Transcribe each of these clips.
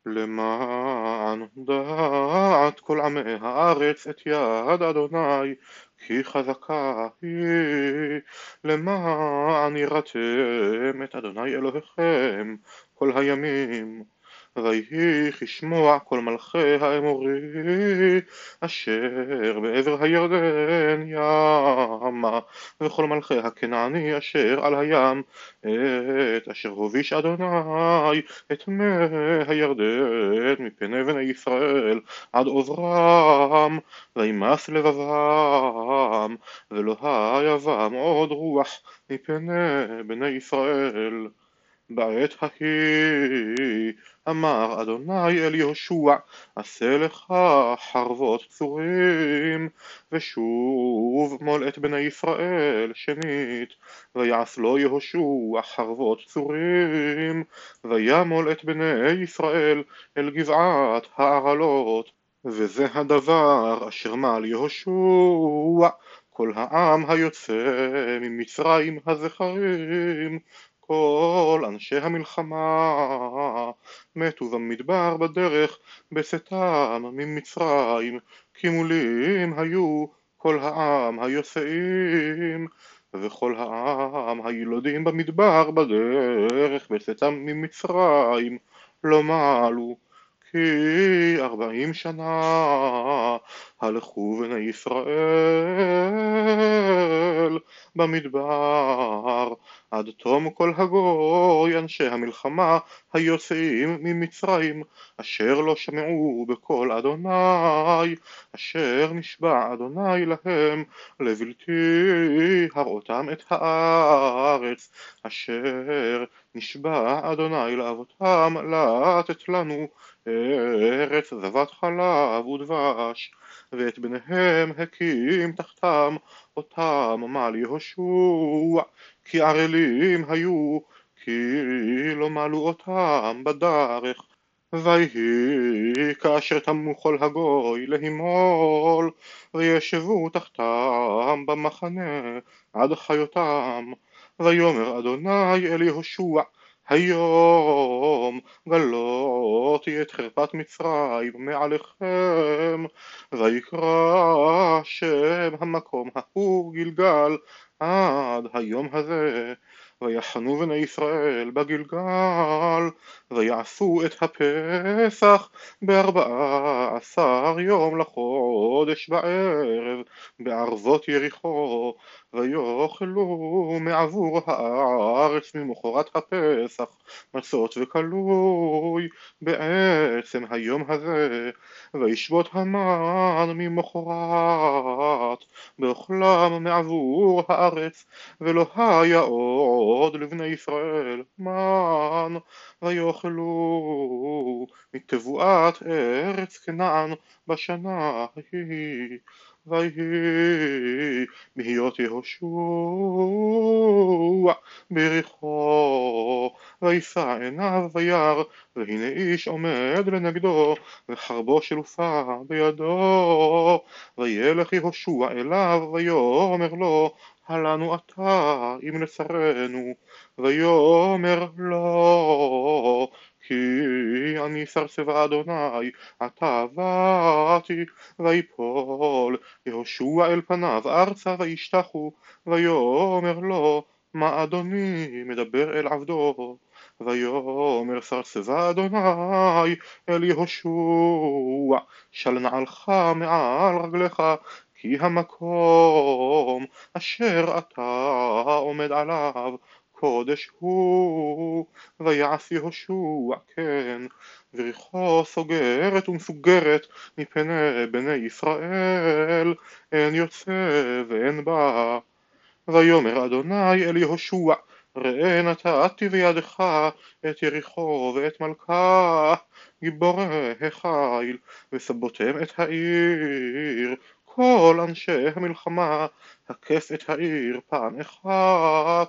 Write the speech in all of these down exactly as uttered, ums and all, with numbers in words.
למען דעת כל עמי הארץ את יד אדוני, כי חזקה היא. למען יראתם את אדוני אלוהיכם כל הימים, ויהי כשמוע כל מלכי האמורי אשר בעבר הירדן ימה, וכל מלכי הכנעני אשר על הים, את אשר הוביש אדוני את מי הירדן מפני בני ישראל עד עוברם, וימס לבבם, ולא היה בם עוד רוח מפני בני ישראל. בעת ההיא אמר אדוני אל יהושע, עשה לך חרבות צורים, ושוב מול את בני ישראל שנית. ויעש לו יהושע חרבות צורים, וימול את בני ישראל אל גבעת הערלות. וזה הדבר אשר מל יהושע כל העם היוצא ממצרים הזכרים, כל אנשי המלחמה מתו במדבר בדרך בצאתם ממצרים, כי מולים היו כל העם היוצאים, וכל העם הילודים במדבר בדרך בצאתם ממצרים לא מעלו, כי ארבעים שנה הלכו בני ישראל במדבר, עד תום כל הגוי אנשי המלחמה היוצאים ממצרים, אשר לא שמעו בקול אדוני, אשר נשבע אדוני להם לבלתי הראותם את הארץ, אשר נשבע אדוני לאבותם לתת לנו, ארץ זבת חלב ודבש. ואת בניהם הקים תחתם, אותם מל יהושע, כי ערלים היו, כי לא מלו אותם בדרך. ויהי כאשר תמו כל הגוי להימול, וישבו תחתם במחנה עד חיותם. ויאמר אדוני אל יהושע, היום גלותי את חרפת מצרים מעליכם. ויקרא שם המקום ההוא גלגל עד היום הזה. ויחנו בני ישראל בגלגל, ויעשו את הפסח בארבעה עשר יום לחודש בערב בערבות יריחו, ויאכלו מעבור הארץ ממחרת הפסח מצות וכלוי בעצם היום הזה. וישבות המן ממחרת באוכלם מעבור הארץ, ולא היה עוד לבני ישראל מן, ויאכלו מתבואת ארץ כנען בשנה ההיא. ויהי בהיות יהושע ביריחו, וישא עיניו וירא, והנה איש עומד לנגדו, וחרבו שלופה בידו. וילך יהושע אליו ויאמר לו, הלנו אתה אם לצרנו? ויאמר לו, כי אני שר צבא אדוני, עתה באתי. ויפול יהושע אל פניו ארצה וישתחו, ויאמר לו, מה אדוני מדבר אל עבדו? ויאמר שר צבא אדוני אל יהושע, של נעלך מעל רגליך, כי המקום אשר אתה עומד עליו קודש הוא. ויעש יהושע כן, ויריחו סוגרת ומסוגרת מפני בני ישראל, אין יוצא ואין בא. ויאמר אדוני אל יהושע, ראה נתתי בידך את יריחו ואת מלכה גיבורי החיל, וסבותם את העיר. כל אנשי המלחמה הקף את העיר פעם אחת,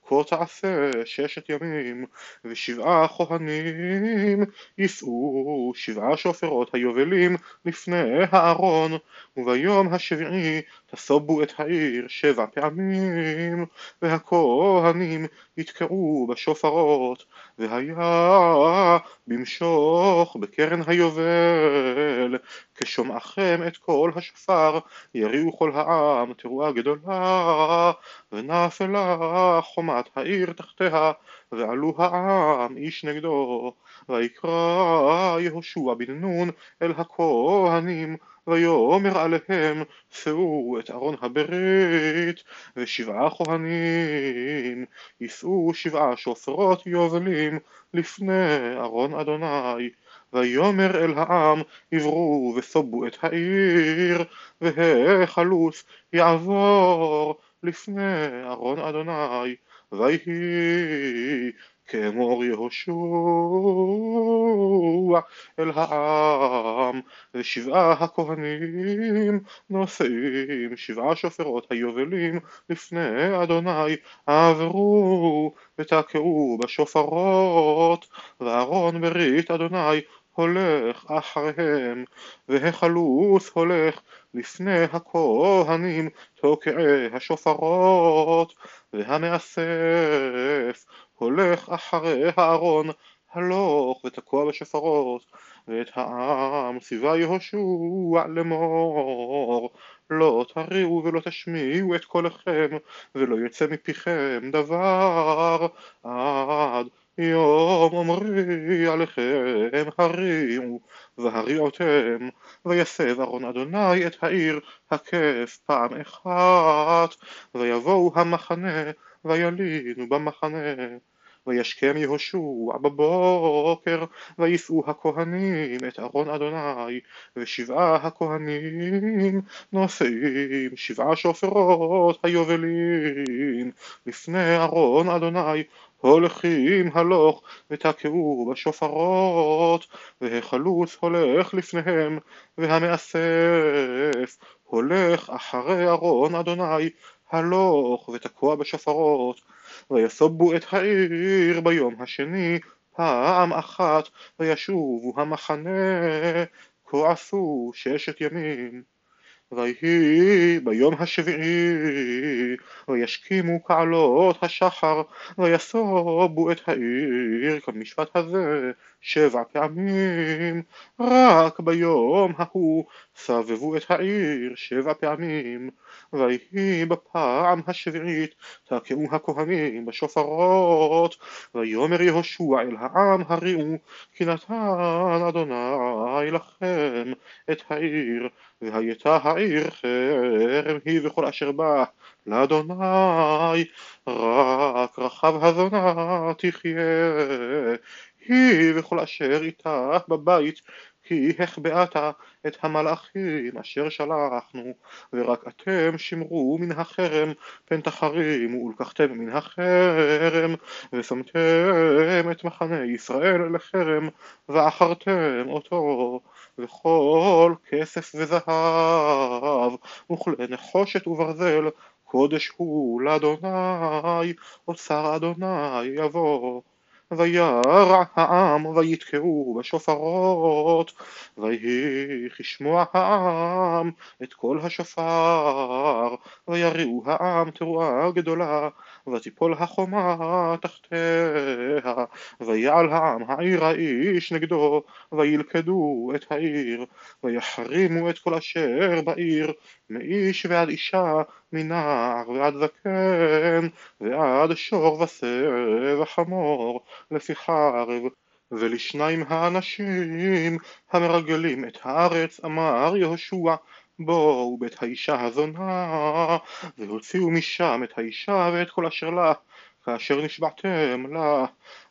כה תעשה ששת ימים, ושבעה כהנים יישאו שבעה שופרות היובלים לפני הארון, וביום השביעי תסובו את העיר שבע פעמים, והכהנים יתקעו בשופרות, והיה במשוך בקרן היובל, כשומעכם את קול השופר יריעו כל העם תרועה גדולה, ונפלה חומת העיר תחתיה, ועלו העם איש נגדו. ויקרא יהושע בן נון אל הכהנים, ויאמר עליהם, שאו את ארון הברית, ושבעה כהנים יישאו שבעה שופרות יובלים לפני ארון אדוני. ויאמר אל העם, עברו וסובו את העיר, והחלוץ יעבור לפני ארון אדוני. ויהי כאמור יהושע אל העם, ושבעה הכהנים נושאים שבעה שופרות היובלים לפני אדוני, עברו ותקעו בשופרות, וארון ברית אדוני הולך אחריהם, והחלוץ הולך לפני הכהנים תוקעי השופרות, והמאסף הולך אחרי הארון הלוך ותקוע בשופרות. ואת העם ציווה יהושע לאמור, לא תריעו ולא תשמיעו את קולכם, ולא יצא מפיכם דבר עד יום אומרי עליכם הריעו, והריעותם. ויסב ארון אדוני את העיר הקף פעם אחת, ויבואו המחנה וילינו במחנה. וישכם יהושע בבוקר, ויישאו הכהנים את ארון אדוני, ושבעה הכהנים נושאים שבעה שופרות היובלים לפני ארון אדוני, הולכים הלוך ותקעו בשופרות, והחלוץ הולך לפניהם, והמאסף הולך אחרי ארון אדוני הלוך ותקוע בשופרות. ויסובו את העיר ביום השני פעם אחת, וישובו המחנה, כה עשו ששת ימים. ויהי ביום השביעי, וישכימו כעלות השחר, ויסובו את העיר כמשפט הזה שבע פעמים. רק ביום ההוא סבבו את העיר שבע פעמים. ויהי בפעם השביעית תקעו הכהנים בשופרות, ויאמר יהושע אל העם, הריעו, כי נתן אדוני לכם את העיר, והייתה העיר חרם היא וכל אשר בה לאדוני, רק רחב הזונה תחיה היא וכל אשר איתך בבית, כי החבאת את המלאכים אשר שלחנו, ורק אתם שמרו מן החרם פן תחרימו, ולקחתם מן החרם, ושמתם את מחנה ישראל לחרם, ועכרתם אותו, וכל כסף וזהב, וכלי נחושת וברזל, קודש הוא לאדוני, אוצר אדוני יבוא. וירע העם ויתקעו בשופרות, ויהי כשמוע העם את קול השופר, ויריעו העם תרועה גדולה, ותיפול החומה תחתיה, ויעל העם העיר האיש נגדו, וילכדו את העיר, ויחרימו את כל אשר בעיר, מאיש ועד אישה, מנער ועד זקן, ועד שור ושה וחמור, לפי חרב. ולשניים האנשים המרגלים את הארץ אמר יהושע, בואו בית האישה הזונה, והוציאו משם את האישה ואת כל אשר לה, כאשר נשבעתם לה,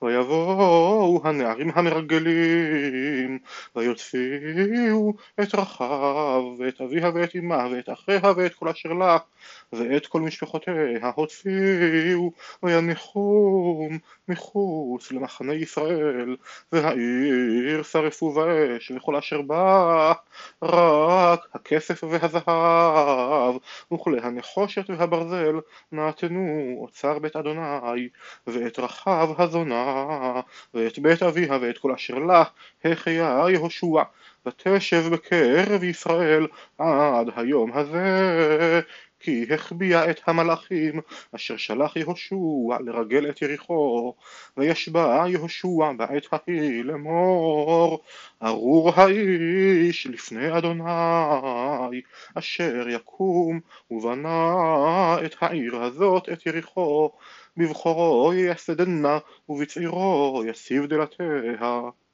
ויבואו הנערים המרגלים, ויוציאו את רחב, ואת אביה ואת אמה, ואת אחיה ואת כל אשר לה, ואת כל משפחותיה הוציאו, ויניחום מחוץ למחנה ישראל, והעיר שרפו באש, וכל אשר בא, רק הכסף והזהב, וכלי הנחושת והברזל, נתנו אוצר בית אדוני, ואת רחב הזונה, ואת בית אביה ואת כל אשר לה, החיה יהושע, ותשב בקרב ישראל עד היום הזה, כי החביאה את המלאכים אשר שלח יהושע לרגל את יריחו, וישבע יהושע בעת ההיא לאמור, ארור האיש לפני אדוני, אשר יקום ובנה את העיר הזאת, את יריחו, בבחורו ייסדנה ובצעירו יסיב דלתיה.